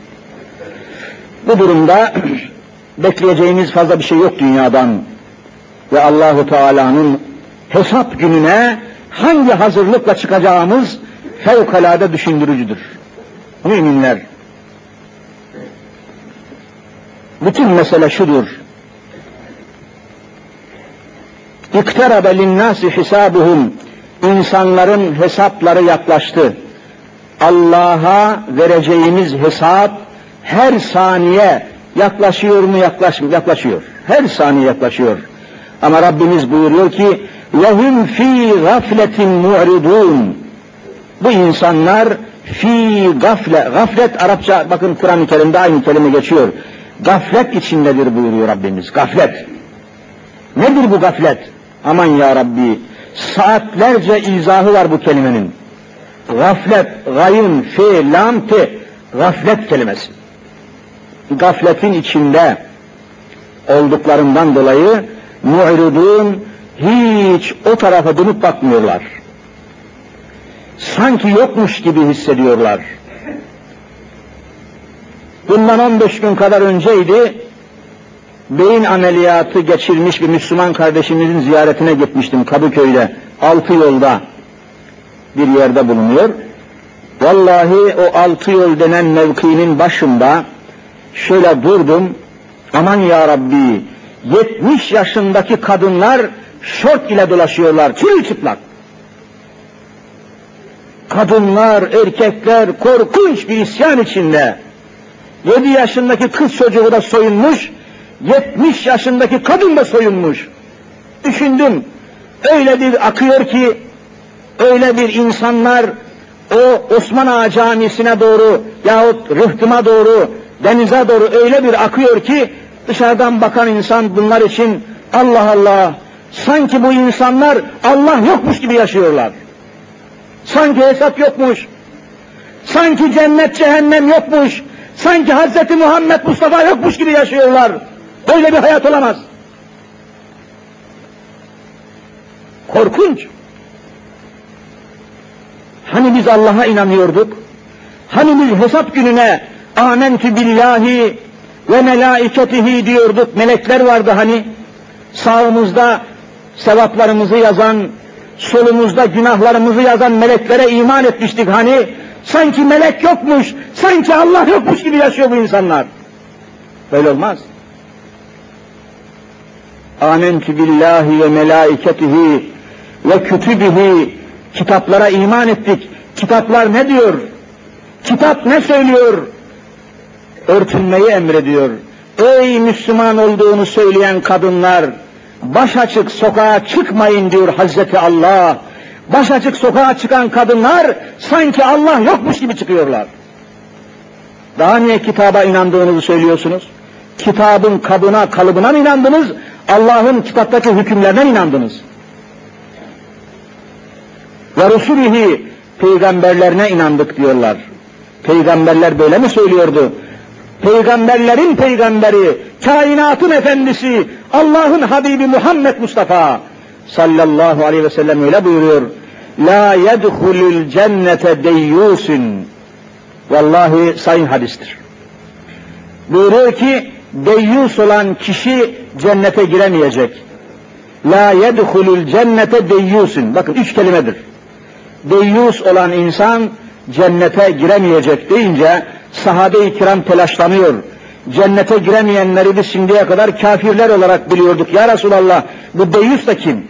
Bu durumda bekleyeceğimiz fazla bir şey yok dünyadan ve Allahu Teala'nın hesap gününe hangi hazırlıkla çıkacağımız fevkalade düşündürücüdür. Müminler, bütün mesele şudur. İkterabe linnâsi hisâbuhum. İnsanların hesapları yaklaştı. Allah'a vereceğimiz hesap her saniye yaklaşıyor mu? Yaklaşıyor. Her saniye yaklaşıyor. Ama Rabbimiz buyuruyor ki lehum fî gafletin mu'ridûn. Bu insanlar fî gafle. Gaflet Arapça, bakın Kur'an-ı Kerim'de aynı kelime geçiyor. Gaflet içindedir buyuruyor Rabbimiz. Gaflet. Nedir bu gaflet? Aman ya Rabbi, saatlerce izahı var bu kelimenin. Gaflet, gayın, fe, lam, te, gaflet kelimesi. Gafletin içinde olduklarından dolayı mu'ridun, hiç o tarafa dönüp bakmıyorlar. Sanki yokmuş gibi hissediyorlar. Bundan 15 gün kadar önceydi, beyin ameliyatı geçirmiş bir Müslüman kardeşimizin ziyaretine gitmiştim Kadıköy'de, 6 yolda bir yerde bulunuyor. Vallahi o 6 yol denen mevkinin başında şöyle durdum, aman ya Rabbi, 70 yaşındaki kadınlar şort ile dolaşıyorlar, çırılçıplak. Kadınlar, erkekler korkunç bir isyan içinde. 7 yaşındaki kız çocuğu da soyunmuş, 70 yaşındaki kadın da soyunmuş. Düşündüm, öyle bir akıyor ki, öyle bir insanlar o Osman Ağa Camisi'ne doğru yahut rıhtıma doğru, denize doğru öyle bir akıyor ki, dışarıdan bakan insan bunlar için Allah Allah, sanki bu insanlar Allah yokmuş gibi yaşıyorlar. Sanki hesap yokmuş, sanki cennet cehennem yokmuş, sanki Hz. Muhammed Mustafa yokmuş gibi yaşıyorlar. Böyle bir hayat olamaz. Korkunç. Hani biz Allah'a inanıyorduk? Hani biz hesap gününe âmentü billahi ve melâiketihi diyorduk, melekler vardı hani, sağımızda sevaplarımızı yazan, solumuzda günahlarımızı yazan meleklere iman etmiştik hani, sanki melek yokmuş, sanki Allah yokmuş gibi yaşıyor bu insanlar. Böyle olmaz. Âmentü billahi ve melâiketihi ve kütübihi, kitaplara iman ettik. Kitaplar ne diyor? Kitap ne söylüyor? Örtünmeyi emrediyor. Ey Müslüman olduğunu söyleyen kadınlar, baş açık sokağa çıkmayın diyor Hazreti Allah. Baş açık sokağa çıkan kadınlar sanki Allah yokmuş gibi çıkıyorlar. Daha niye kitaba inandığınızı söylüyorsunuz? Kitabın kabına, kalıbına mı inandınız? Allah'ın kitaptaki hükümlerine mi inandınız? Ve Resulihi, peygamberlerine inandık diyorlar. Peygamberler böyle mi söylüyordu? Peygamberlerin peygamberi, kainatın efendisi, Allah'ın Habibi Muhammed Mustafa sallallahu aleyhi ve sellem öyle buyuruyor. La yedhulul cennete deyyusun. Vallahi sayın hadistir. Buyuruyor ki, deyyus olan kişi cennete giremeyecek. La yedhulul cennete deyyusun. Bakın 3 kelimedir. Deyyus olan insan cennete giremeyecek deyince sahabe-i kiram telaşlanıyor. Cennete giremeyenleri biz şimdiye kadar kafirler olarak biliyorduk. Ya Resulallah, bu deyyus da kim?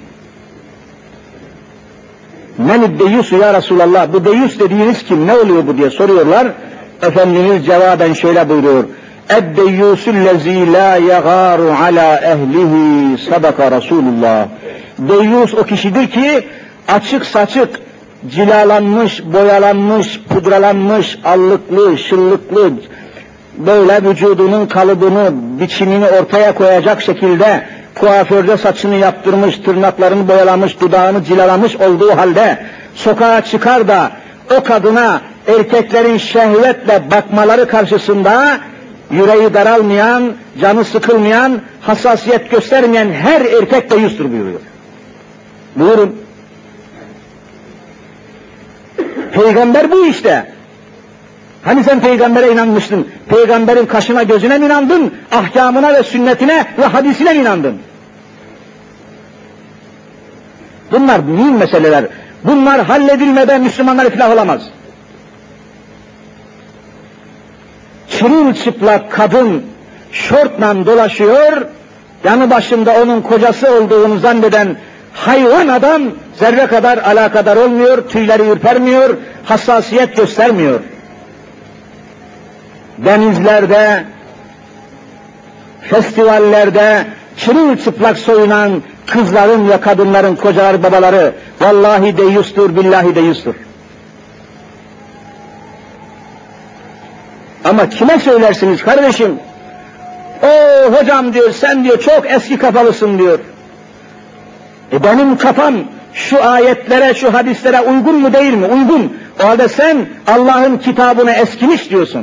Men deyyusu ya Resulallah, bu deyyus dediğiniz kim? Ne oluyor bu diye soruyorlar. Efendimiz cevaben şöyle buyuruyor. Eddeyyusüllezî lâ yegâru alâ ehlihi sadaka Resulullah. Deyyus o kişidir ki açık saçık, cilalanmış, boyalanmış, pudralanmış, allıklı, şıllıklı, böyle vücudunun kalıbını, biçimini ortaya koyacak şekilde kuaförde saçını yaptırmış, tırnaklarını boyalamış, dudağını cilalamış olduğu halde sokağa çıkar da o kadına erkeklerin şehvetle bakmaları karşısında yüreği daralmayan, canı sıkılmayan, hassasiyet göstermeyen her erkek deyyustur buyuruyor. Buyurun. Peygamber bu işte. Hani sen peygambere inanmıştın? Peygamberin kaşına gözüne mi inandın? Ahkamına ve sünnetine ve hadisine mi inandın? Bunlar mühim meseleler. Bunlar halledilmeden Müslümanlar iflah olamaz. Çırılçıplak kadın şortla dolaşıyor, yanı başında onun kocası olduğunu zanneden hayvan adam zerre kadar alakadar olmuyor, tüyleri ürpermiyor, hassasiyet göstermiyor. Denizlerde, festivallerde çırılçıplak soyunan kızların ve kadınların kocaları, babaları vallahi deyyustur, billahi deyyustur. Ama kime söylersiniz kardeşim? O hocam diyor, sen diyor çok eski kafalısın diyor. Benim kafam şu ayetlere, şu hadislere uygun mu değil mi? Uygun. O halde sen Allah'ın kitabına eskimiş diyorsun.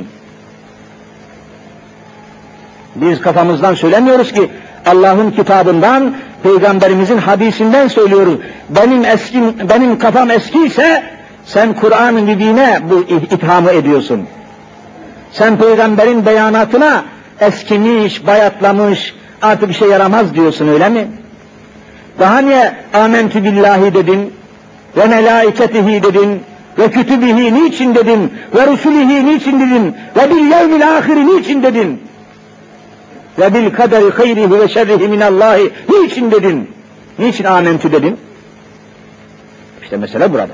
Biz kafamızdan söylemiyoruz ki, Allah'ın kitabından, Peygamberimizin hadisinden söylüyoruz. Benim kafam eskiyse, sen Kur'an-ı Mübin'e bu ithamı ediyorsun. Sen Peygamberin beyanatına eskimiş, bayatlamış, artık bir şey yaramaz diyorsun, öyle mi? Daha niye âmentü billahi dedin, ve melâiketihi dedin, ve kütübihi niçin dedin, ve rusulihi niçin dedin, ve bil yevmil âhiri niçin dedin, ve bil kaderi hayrihi ve şerrihi minallahi niçin dedin? Niçin amentü dedin? İşte mesele burada.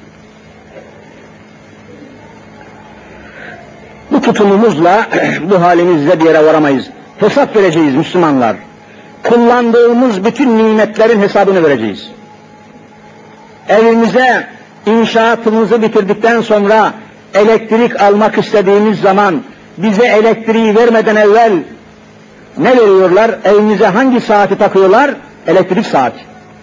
Bu tutumumuzla bu halimizle bir yere varamayız. Hesap vereceğiz Müslümanlar. Kullandığımız bütün nimetlerin hesabını vereceğiz. Evimize inşaatımızı bitirdikten sonra elektrik almak istediğimiz zaman bize elektriği vermeden evvel ne veriyorlar? Evimize hangi saati takıyorlar? Elektrik saati.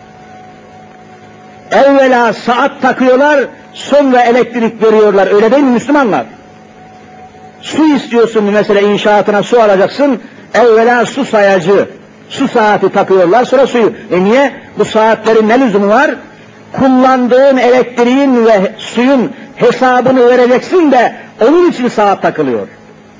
Evvela saat takıyorlar, sonra elektrik veriyorlar. Öyle değil mi Müslümanlar? Su istiyorsun mesela, inşaatına su alacaksın, evvela su sayacı, su saati takıyorlar, sonra suyu. Niye? Bu saatlerin ne lüzumu var? Kullandığın elektriğin ve suyun hesabını vereceksin de onun için saat takılıyor.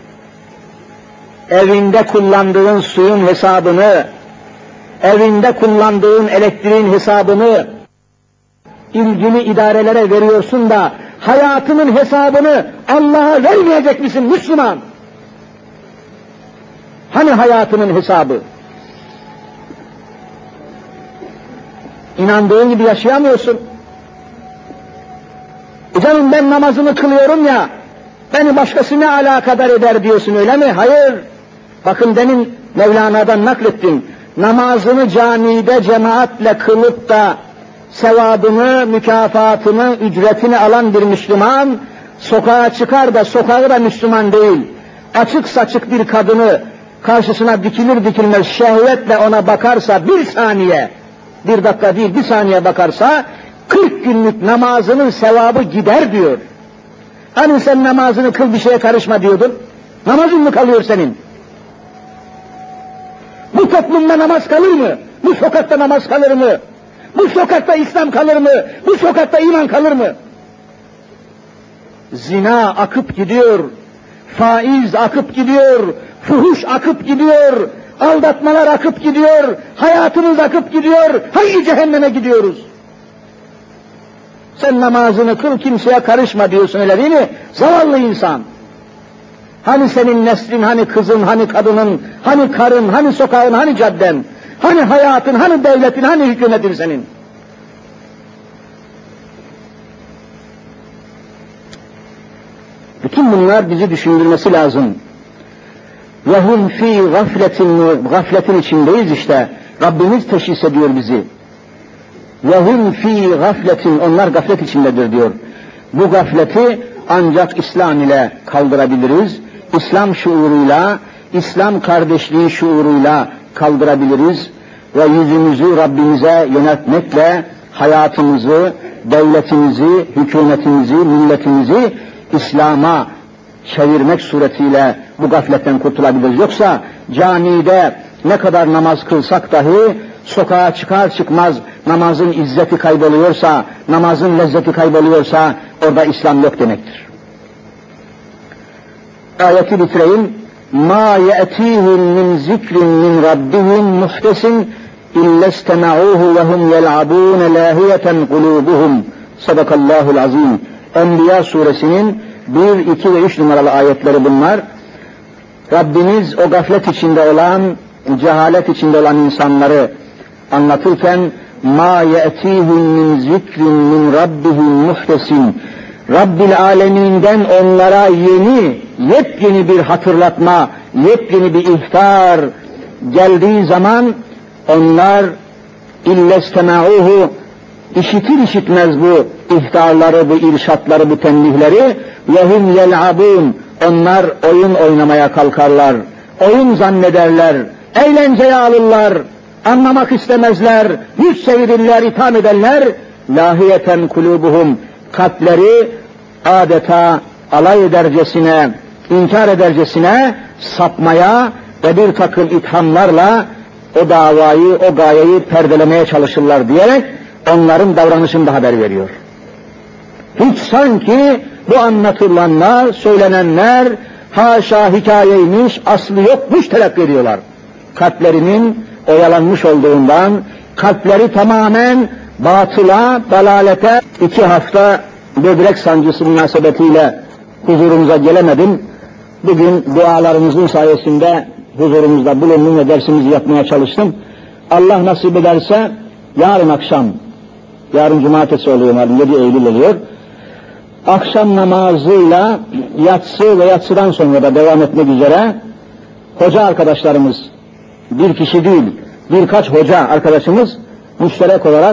Evinde kullandığın suyun hesabını, evinde kullandığın elektriğin hesabını ilgili idarelere veriyorsun da hayatının hesabını Allah'a vermeyecek misin Müslüman? Hani hayatının hesabı? İnandığın gibi yaşayamıyorsun. Canım ben namazımı kılıyorum ya, beni başkası ne alakadar eder diyorsun, öyle mi? Hayır. Bakın demin Mevlana'dan naklettim. Namazını camide cemaatle kılıp da sevabını, mükafatını, ücretini alan bir Müslüman, sokağa çıkar da sokağı da Müslüman değil, açık saçık bir kadını karşısına dikilir dikilmez şehvetle ona bakarsa, bir saniye, bir dakika değil, bir saniye bakarsa, 40 günlük namazının sevabı gider diyor. Hani sen namazını kıl, bir şeye karışma diyordun, namazın mı kalıyor senin? Bu toplumda namaz kalır mı? Bu sokakta namaz kalır mı? Bu sokakta İslam kalır mı? Bu sokakta iman kalır mı? Zina akıp gidiyor, faiz akıp gidiyor, fuhuş akıp gidiyor, aldatmalar akıp gidiyor, hayatımız akıp gidiyor, hangi cehenneme gidiyoruz? Sen namazını kıl, kimseye karışma diyorsun, öyle değil mi? Zavallı insan. Hani senin neslin, hani kızın, hani kadının, hani karın, hani sokağın, hani cadden, hani hayatın, hani devletin, hani hükümetin senin? Bütün bunlar bizi düşündürmesi lazım. وَهُمْ ف۪ي gafletin içindeyiz işte. Rabbimiz teşhis ediyor bizi. وَهُمْ ف۪ي gafletin, onlar gaflet içindedir diyor. Bu gafleti ancak İslam ile kaldırabiliriz. İslam şuuruyla, İslam kardeşliği şuuruyla kaldırabiliriz. Ve yüzümüzü Rabbimize yöneltmekle hayatımızı, devletimizi, hükümetimizi, milletimizi İslam'a çevirmek suretiyle bu gafletten kurtulabiliriz. Yoksa camide ne kadar namaz kılsak dahi sokağa çıkar çıkmaz namazın izzeti kayboluyorsa, namazın lezzeti kayboluyorsa orada İslam yok demektir. Ayeti bitireyim. مَا يَأْتِيهِمْ مِنْ ذِكْرٍ مِنْ رَبِّهِمْ مُحْدَثٍ اِلَّا اسْتَمَعُوهُ وَهُمْ يَلْعَبُونَ لَاهِيَةً قُلُوبُهُمْ Sadakallahul azim. Enbiya suresinin 1, 2 ve 3 numaralı ayetleri bunlar. Rabbimiz o gaflet içinde olan, cehalet içinde olan insanları anlatırken مَا يَأْتِيهِمْ مِنْ ذِكْرٍ مِنْ رَبِّهِمْ مُحْدَثٍ Rabbil Alemin'den onlara yepyeni bir hatırlatma, yepyeni bir ihtar geldiği zaman onlar illestemauhu işitir işitmez bu ihtarları, bu irşatları, bu tembihleri yehum yel'abun onlar oyun oynamaya kalkarlar, oyun zannederler, eğlenceye alırlar, anlamak istemezler, yüz çevirirler, itham ederler. Lahiyeten kulubuhum kalpleri adeta alay edercesine, inkar edercesine sapmaya ve bir takım ithamlarla o davayı, o gayeyi perdelemeye çalışırlar diyerek onların davranışında haber veriyor. Hiç sanki bu anlatılanlar, söylenenler haşa hikayeymiş, aslı yokmuş telakki ediyorlar. Kalplerinin oyalanmış olduğundan, kalpleri tamamen batıla, dalalete, 2 hafta böbrek sancısı münasebetiyle huzurumuza gelemedim. Bugün dualarımızın sayesinde huzurumuzda bulundum ve dersimizi yapmaya çalıştım. Allah nasip ederse yarın akşam, yarın cumartesi oluyor malum, 7 Eylül oluyor. Akşam namazıyla yatsı ve yatsıdan sonra da devam etmek üzere hoca arkadaşlarımız, bir kişi değil, birkaç hoca arkadaşımız müşterek olarak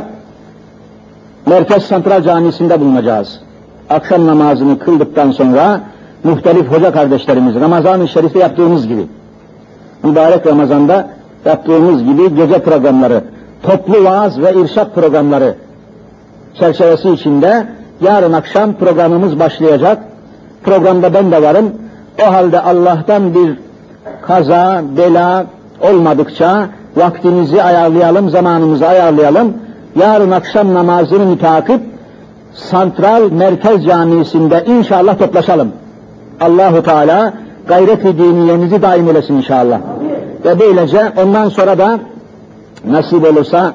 Merkez Santral Camisi'nde bulunacağız. Akşam namazını kıldıktan sonra muhtelif hoca kardeşlerimiz, Ramazan-ı Şerif'te yaptığımız gibi, mübarek Ramazan'da yaptığımız gibi gece programları, toplu vaaz ve irşad programları çerçevesi içinde yarın akşam programımız başlayacak. Programda ben de varım. O halde Allah'tan bir kaza, bela olmadıkça vaktimizi ayarlayalım, zamanımızı ayarlayalım. Yarın akşam namazını mütakip Santral Merkez Camisi'nde inşallah toplaşalım. Allahu Teala gayret-i diniyenizi daim eylesin inşallah. Ve böylece ondan sonra da nasip olursa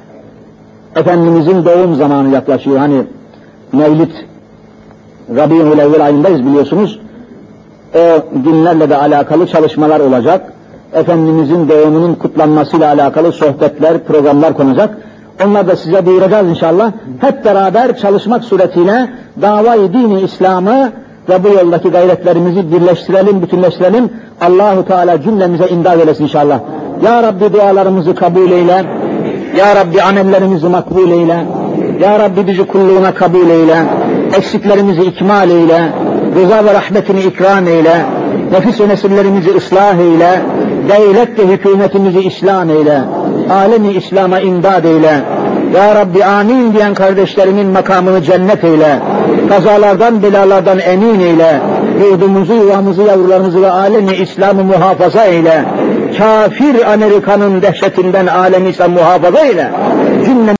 Efendimizin doğum zamanı yaklaşıyor. Hani Mevlid Rabi'ül Evvel ayındayız biliyorsunuz. O günlerle de alakalı çalışmalar olacak. Efendimizin doğumunun kutlanmasıyla alakalı sohbetler, programlar konacak. Onları da size duyuracağız inşallah. Hep beraber çalışmak suretiyle davayı dini İslam'ı ve bu yoldaki gayretlerimizi birleştirelim, bütünleştirelim. Allahu Teala cümlemize imdad eylesin inşallah. Ya Rabbi dualarımızı kabul eyle. Ya Rabbi amellerimizi makbul eyle. Ya Rabbi bizi kulluğuna kabul eyle. Eksiklerimizi ikmal eyle. Rıza ve rahmetini ikram eyle. Nefis ve nesillerimizi ıslah eyle. Devlet ve hükümetimizi İslam eyle. Alemi İslam'a imdad eyle. Ya Rabbi amin diyen kardeşlerimin makamını cennet eyle. Kazalardan, belalardan emin eyle. Yurdumuzu, yuvamızı, yavrularımızı ve alemi İslam'ı muhafaza eyle. Kafir Amerika'nın dehşetinden alemi İslam muhafaza eyle. Cümle